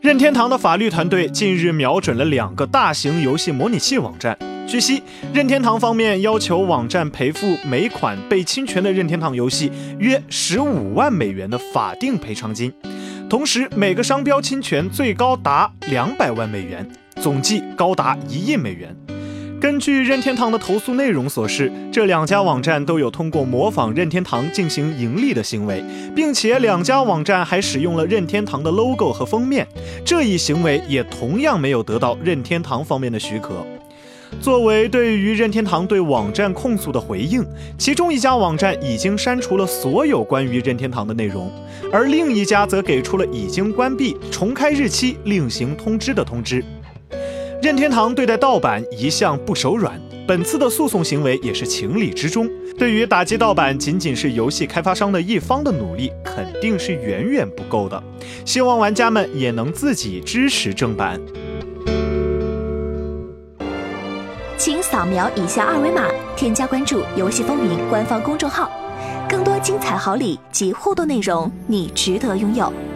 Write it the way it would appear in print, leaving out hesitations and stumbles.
任天堂的法律团队近日瞄准了2个大型游戏模拟器网站。据悉，任天堂方面要求网站赔付每款被侵权的任天堂游戏约15万美元的法定赔偿金，同时每个商标侵权最高达200万美元，总计高达1亿美元。根据任天堂的投诉内容所示，这2家网站都有通过模仿任天堂进行盈利的行为，并且2家网站还使用了任天堂的 logo 和封面，这一行为也同样没有得到任天堂方面的许可。作为对于任天堂对网站控诉的回应，其中1家网站已经删除了所有关于任天堂的内容，而另1家则给出了已经关闭、重开日期另行通知的通知。任天堂对待盗版一向不手软，本次的诉讼行为也是情理之中。对于打击盗版，仅仅是游戏开发商的一方的努力，肯定是远远不够的。希望玩家们也能自己支持正版。 请扫描以下2维码，添加关注游戏风云官方公众号，更多精彩好礼及互动内容，你值得拥有。